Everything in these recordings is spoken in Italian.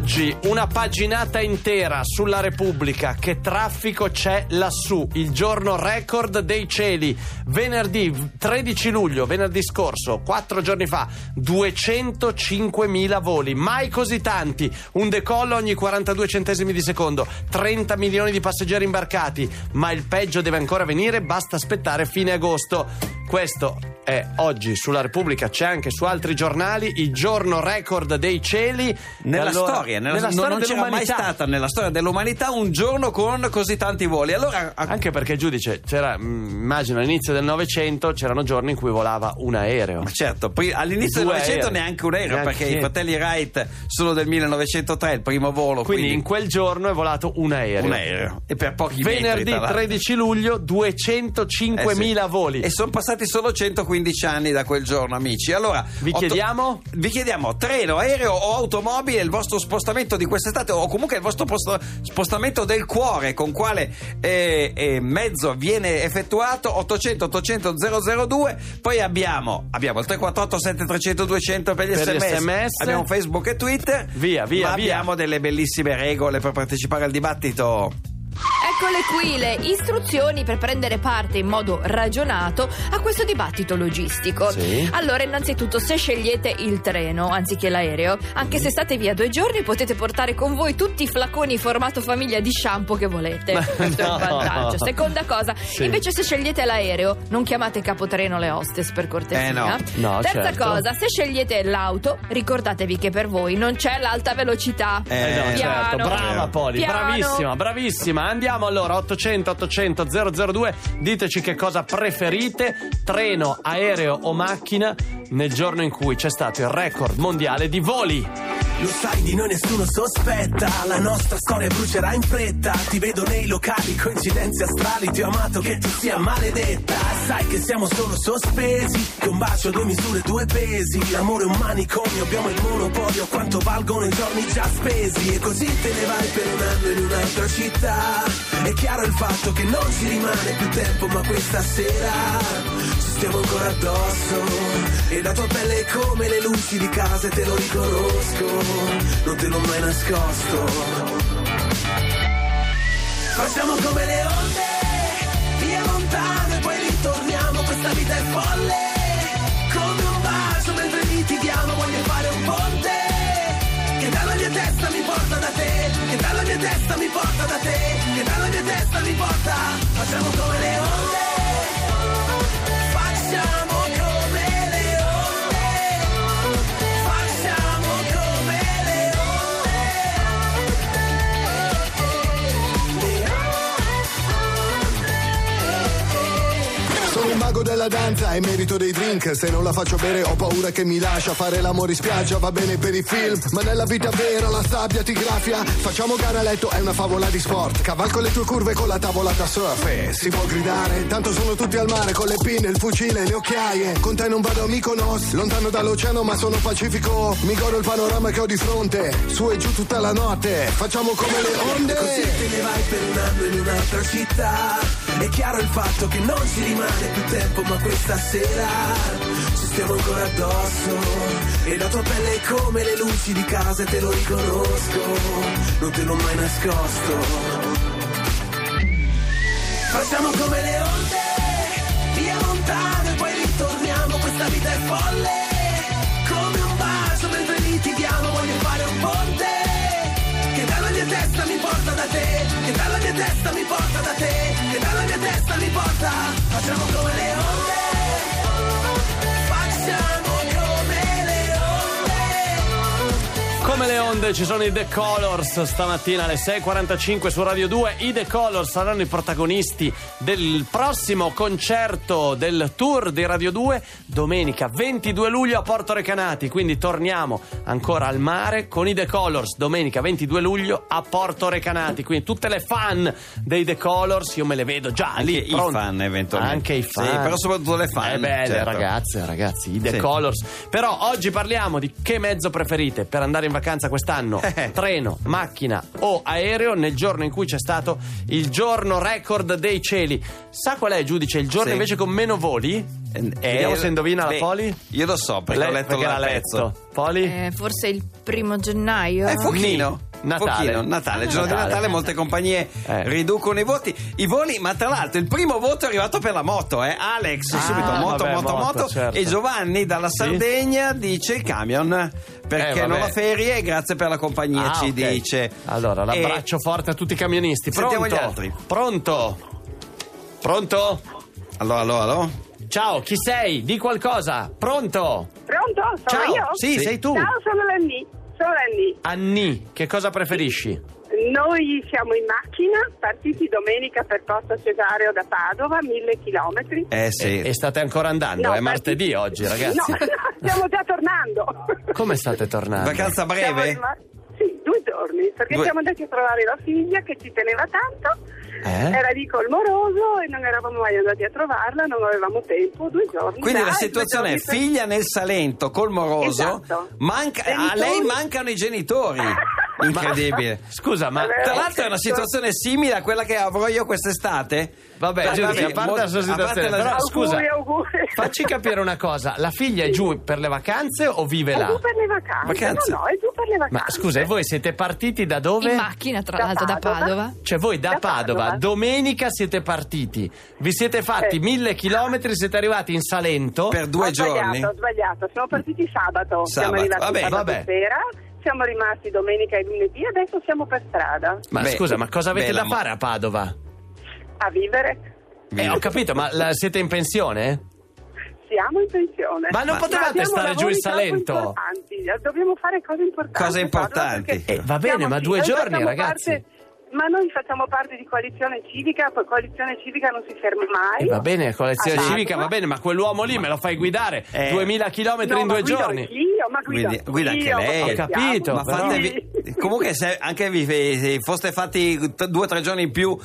Oggi una paginata intera sulla Repubblica. Che traffico c'è lassù, il giorno record dei cieli. Venerdì 13 luglio, venerdì scorso, 4 giorni fa, 205.000 voli, mai così tanti, un decollo ogni 42 centesimi di secondo, 30 milioni di passeggeri imbarcati, ma il peggio deve ancora venire, basta aspettare fine agosto. Questo è oggi sulla Repubblica, c'è anche su altri giornali, il giorno record dei cieli nella storia non c'era mai stata nella storia dell'umanità un giorno con così tanti voli. Allora, anche perché, giudice, c'era, immagino all'inizio del Novecento c'erano giorni in cui volava un aereo. Ma certo, poi all'inizio del Novecento neanche un aereo, perché i fratelli Wright sono del 1903, il primo volo. Quindi in quel giorno è volato un aereo. E per pochi venerdì metri, 13 luglio 205.000 voli. E sono passati solo 115 anni da quel giorno, amici. Allora vi chiediamo treno, aereo o automobile, il vostro spostamento di quest'estate, o comunque il vostro spostamento del cuore, con quale mezzo viene effettuato. 800 800 002. Poi abbiamo il 348 7300 200 per gli SMS. Abbiamo Facebook e Twitter. Via. Abbiamo delle bellissime regole per partecipare al dibattito. Eccole qui le istruzioni per prendere parte in modo ragionato a questo dibattito logistico. Sì. Allora, innanzitutto, se scegliete il treno anziché l'aereo, anche se state via 2 giorni, potete portare con voi tutti i flaconi formato famiglia di shampoo che volete. Questo è un vantaggio. Seconda cosa, invece, se scegliete l'aereo, non chiamate capotreno le hostess, per cortesia. No, Terza certo. cosa, se scegliete l'auto, ricordatevi che per voi non c'è l'alta velocità. No, certo. Brava Poli, bravissima. Andiamo allora, 800 800 002. Diteci che cosa preferite, treno, aereo o macchina, nel giorno in cui c'è stato il record mondiale di voli. Lo sai, di noi nessuno sospetta, la nostra storia brucerà in fretta. Ti vedo nei locali, coincidenze astrali, ti ho amato che tu sia maledetta. Sai che siamo solo sospesi, che un bacio, 2 misure, 2 pesi. L'amore è un manicomio, abbiamo il monopolio, quanto valgono i giorni già spesi. E così te ne vai per un anno in un'altra città. È chiaro il fatto che non ci rimane più tempo, ma questa sera ci stiamo ancora addosso. E la tua pelle è come le luci di casa e te lo riconosco, non te l'ho mai nascosto. Facciamo come le onde, via lontano e poi ritorniamo. Questa vita è folle, come un bacio mentre litighiamo. Voglio fare un ponte che dalla mia testa mi porta da te, che dalla mia testa mi porta da te, che dalla mia testa mi porta. Facciamo come le onde, facciamo come le onde, facciamo come le onde. Sono il mago della danza e merito dei drink. Se non la faccio bere ho paura che mi lascia. Fare l'amore in spiaggia va bene per i film, ma nella vita vera la sabbia ti graffia. Facciamo gara a letto, è una favola di sport. Cavalco le tue curve con la tavola da surf. E si può gridare, tanto sono tutti al mare, con le pinne, il fucile, le occhiaie. Con te non vado a Mykonos, lontano dall'oceano ma sono pacifico. Mi godo il panorama che ho di fronte, su e giù tutta la notte. Facciamo come le onde. E così te ne vai per un anno in un'altra città. È chiaro il fatto che non ci rimane più tempo, ma questa sera ci stiamo ancora addosso. E la tua pelle è come le luci di casa e te lo riconosco, non te l'ho mai nascosto. Facciamo come le onde, via lontano e poi ritorniamo. Questa vita è folle, come un bacio mentre litighiamo. Voglio fare un ponte che dalla mia testa mi porta da te, che dalla mia testa mi porta da te, che dalla mia testa mi porta. Facciamo come le onde, facciamo come le onde. Come le onde ci sono i The Colors stamattina alle 6.45 su Radio 2. I The Colors saranno i protagonisti del prossimo concerto del tour di Radio 2 domenica 22 luglio a Porto Recanati. Quindi torniamo ancora al mare con i The Colors domenica 22 luglio a Porto Recanati. Quindi tutte le fan dei The Colors io me le vedo già anche lì i fan eventualmente. Anche i fan, sì, però soprattutto le fan. Belle certo. ragazzi, i The Colors. Però oggi parliamo di che mezzo preferite per andare in vacanza quest'anno. Treno, macchina o aereo, nel giorno in cui c'è stato il giorno record dei cieli. Sa qual è, giudice, il giorno invece con meno voli? Vediamo se indovina la Poli. Io lo so perché ho letto l'ha il pezzo. letto. Poli? Forse il 1 gennaio. Pochino. Natale. Pochino, Natale, il giorno di Natale molte compagnie riducono i voli, ma tra l'altro il primo voto è arrivato per la moto, Alex, subito moto, certo. E Giovanni dalla Sardegna dice il camion, perché non ho ferie, grazie per la compagnia, ci ok. dice. Allora, l'abbraccio forte a tutti i camionisti. Sentiamo Pronto? gli altri. Pronto? Allo? Ciao, chi sei? Di qualcosa? Pronto? Pronto? Sono Ciao. io? Sì, sei tu. Ciao, sono Lenny. Anni, che cosa preferisci? Noi siamo in macchina, partiti domenica per Costa Cesareo da Padova, 1000 chilometri. Sì. E state ancora andando? No, È martedì oggi, ragazzi. No, stiamo già tornando. Come state tornando? Vacanza Siamo breve? sì, 2 giorni, perché siamo andati a trovare la figlia che ci teneva tanto. Era lì col moroso e non eravamo mai andati a trovarla, non avevamo tempo, 2 giorni. Quindi la dai, situazione 2 è giorni figlia nel Salento col moroso, Esatto. a lei mancano i genitori. Incredibile. Scusa, ma Tra l'altro è una situazione simile a quella che avrò io quest'estate. vabbè, Giudice, a parte la sua situazione, però scusa, auguri. facci capire una cosa, la figlia è giù per le vacanze o vive È là? giù per le vacanze. No, è giù per le vacanze. Ma scusa, e voi siete partiti da dove? In macchina, tra l'altro, da Padova. Cioè voi da Da Padova, Padova. domenica siete partiti, vi siete fatti 1000 chilometri, siete arrivati in Salento Per 2 giorni. Ho sbagliato, siamo partiti sabato. Siamo arrivati sabato sera, siamo rimasti domenica e lunedì, adesso siamo per strada. Ma scusa, ma cosa avete bella da fare a Padova? A vivere. Ho capito, ma siete in pensione? Siamo in pensione. Ma non potevate abbiamo stare giù in lavori troppo Salento? importanti. Dobbiamo fare cose importanti. Cose importanti. Va bene, ma 2 giorni, ragazzi. Ma noi facciamo parte di Coalizione Civica, poi Coalizione Civica non si ferma mai. Va bene, coalizione Esatto. civica, va bene, ma quell'uomo lì me lo fai guidare 2000 chilometri No, in ma 2 guido giorni. anch'io, ma Guida anche lei. Ho capito, Ma però- fatevi, comunque se anche vi foste fatti 2 o 3 giorni in più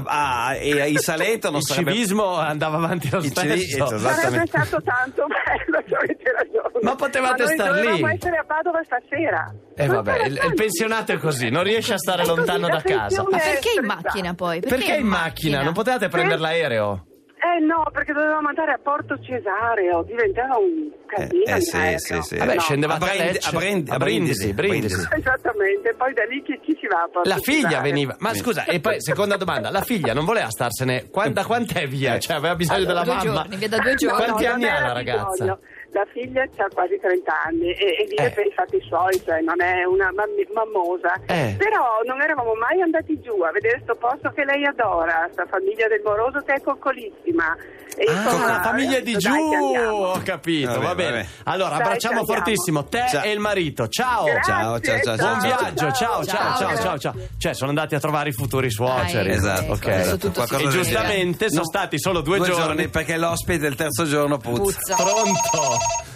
in Salento non Il sarebbe civismo andava avanti lo stesso. Sarebbe stato tanto bello, se avete ragione. Ma potevate noi star lì. dovevamo essere a Padova stasera. Vabbè, il pensionato è così, non riesce a stare È così, lontano da la casa. Ma pensione- perché in macchina poi? Perché in macchina? Non potevate prendere l'aereo? No, perché dovevamo andare a Porto Cesareo, diventava un casino. sì. Vabbè, No. scendevate a Brindisi. Esattamente, poi da lì chi si va a Porto La figlia Cesareo? veniva. Ma scusa, e poi seconda domanda, la figlia non voleva starsene? Da quant'è via? Cioè, aveva bisogno della 2 mamma? giorni, via da 2 giorni. Quanti non anni ha era la ragazza? bisogno. La figlia ha quasi 30 anni e vive per i fatti suoi, cioè non è una mammosa. Però non eravamo mai andati giù a vedere sto posto che lei adora, sta famiglia del moroso che è coccolissima. E Con la famiglia di giù, dai, che andiamo. ho capito, va bene. vabbè. Allora, Dai, abbracciamo che andiamo. fortissimo te Ciao. e il marito. Ciao. Grazie, Ciao. Buon viaggio, ciao. Ciao. Cioè, sono andati a trovare i futuri suoceri. Esatto. Ok. Adesso tutto Qualcosa E si del giustamente sono stati solo 2 2 giorni. giorni perché l'ospite il terzo giorno puzza. puzza.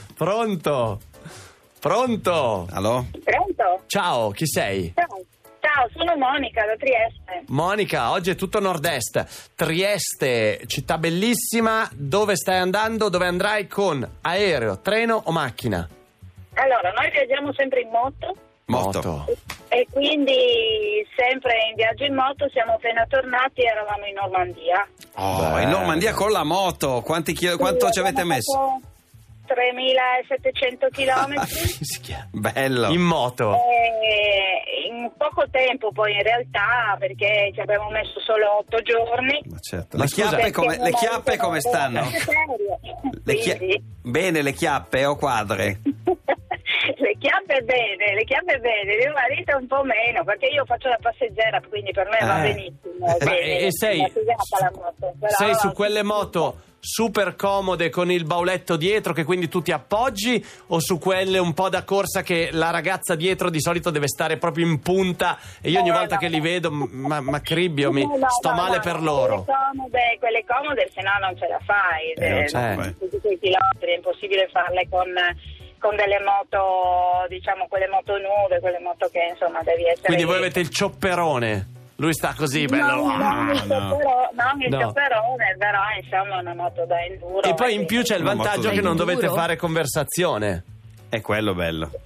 Pronto? Allora? Pronto? Ciao, chi sei? Ciao, sono Monica da Trieste. Monica, oggi è tutto nord-est. Trieste, città bellissima. Dove stai andando? Dove andrai con aereo, treno o macchina? Allora, noi viaggiamo sempre in moto e quindi sempre in viaggio in moto. Siamo appena tornati e eravamo in Normandia. In Normandia con la moto. Quanto ci avete messo? 3.700 chilometri. Bello. In moto. In poco tempo poi in realtà, perché ci abbiamo messo solo 8 giorni. Ma certo. Ma Le scusa, chiappe come stanno? Quindi, Bene le chiappe o quadre? le chiappe bene, mio marito un po' meno, perché io faccio la passeggera, quindi per me va benissimo. E sei la moto, però sei su quelle moto super comode con il bauletto dietro che quindi tu ti appoggi, o su quelle un po' da corsa che la ragazza dietro di solito deve stare proprio in punta e io ogni volta che li vedo ma cribbio, sto male per loro. Quelle comode se no non ce la fai, tutti quei chilometri è impossibile farle con delle moto, diciamo quelle moto nuove, quelle moto che insomma devi essere. Quindi voi avete il ciopperone, lui sta così bello. Non il ciopperone, però insomma è una moto da enduro. E poi in più c'è il Una vantaggio moto che non da dovete enduro. fare conversazione. È quello bello.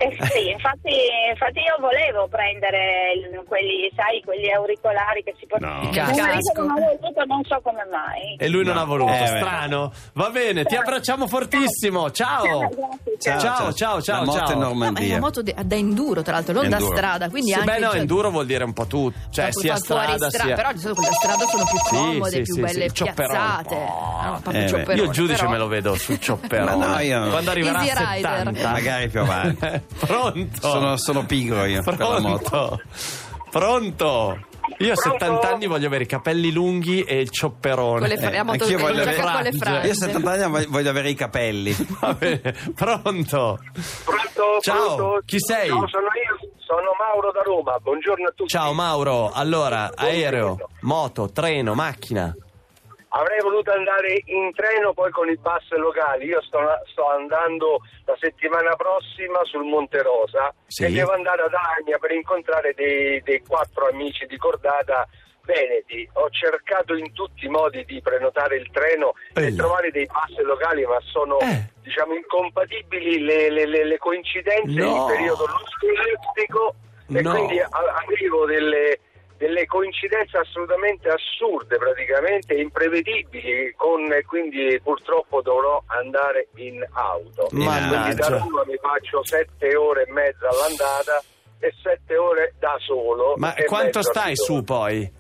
Sì, infatti io volevo prendere quegli auricolari che si possono... No. Non so come mai. E lui non ha voluto, strano. Va bene, ti abbracciamo fortissimo. Ciao. Ciao. La moto in Normandia. È una moto da enduro, tra l'altro, non da strada, quindi sì, anche enduro vuol dire un po' tutto, cioè sia strada sia... Però di solito quelle da strada sono più comode, più belle piazzate. Io il giudice me lo vedo sul ciopperone. No, io... Quando arriverà a 70, magari più avanti. Pronto? Sono pigro io per la moto. Pronto? Io a 70 anni voglio avere i capelli lunghi e il ciopperone. Anch'io voglio avere fragge. Io a 70 anni voglio avere i capelli. Va bene. Pronto? Ciao, pronto? chi sei? Ciao, sono io, sono Mauro da Roma, buongiorno a tutti. Ciao Mauro, allora, aereo, moto, treno, macchina. Avrei voluto andare in treno poi con i bus locali, io sto andando la settimana prossima sul Monte Rosa e devo andare ad Alagna per incontrare dei 4 amici di cordata veneti. Ho cercato in tutti i modi di prenotare il treno e trovare dei bus locali, ma sono diciamo incompatibili le coincidenze in periodo scolastico e quindi arrivo delle coincidenze assolutamente assurde, praticamente imprevedibili, quindi purtroppo dovrò andare in auto. Quindi da Roma mi faccio 7 ore e mezza all'andata e 7 ore da solo. Ma quanto stai su poi?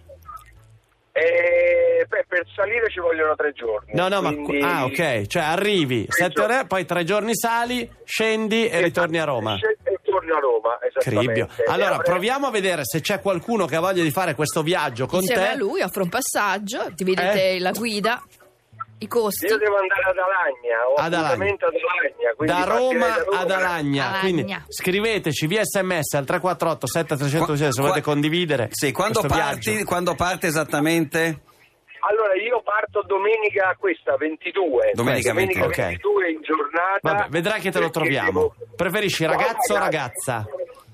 Per salire ci vogliono 3 giorni. Quindi... ma ok, cioè arrivi 7 ore, poi 3 giorni sali, scendi e ritorni a Roma. E torno a Roma, esattamente. Cribbio. Allora proviamo a vedere se c'è qualcuno che ha voglia di fare questo viaggio con insieme te. a lui offre un passaggio, dividete la guida, i costi. Io devo andare ad Alagna, da Roma ad Alagna. Quindi scriveteci via SMS al 348 7300 se volete condividere. Sì, quando parte esattamente? Allora io parto domenica 22. Domenica 22 in giornata. Vabbè, vedrai che te lo troviamo. Preferisci ragazzo o ragazza?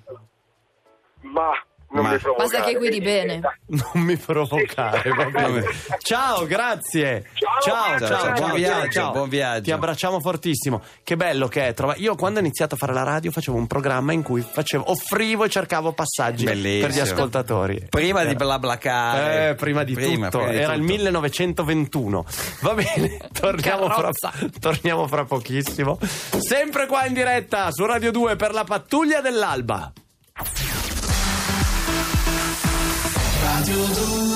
Ma non mi provocare. Basta che guidi bene. Non mi provocare, va bene. Ciao, grazie. Ciao, buon viaggio. Ti abbracciamo fortissimo. Che bello che è. Io quando ho iniziato a fare la radio facevo un programma in cui offrivo e cercavo passaggi per gli ascoltatori. Prima di BlaBlaCar. Prima di tutto. Era il 1921. Va bene, torniamo fra pochissimo. Sempre qua in diretta su Radio 2 per la pattuglia dell'alba. Radio 2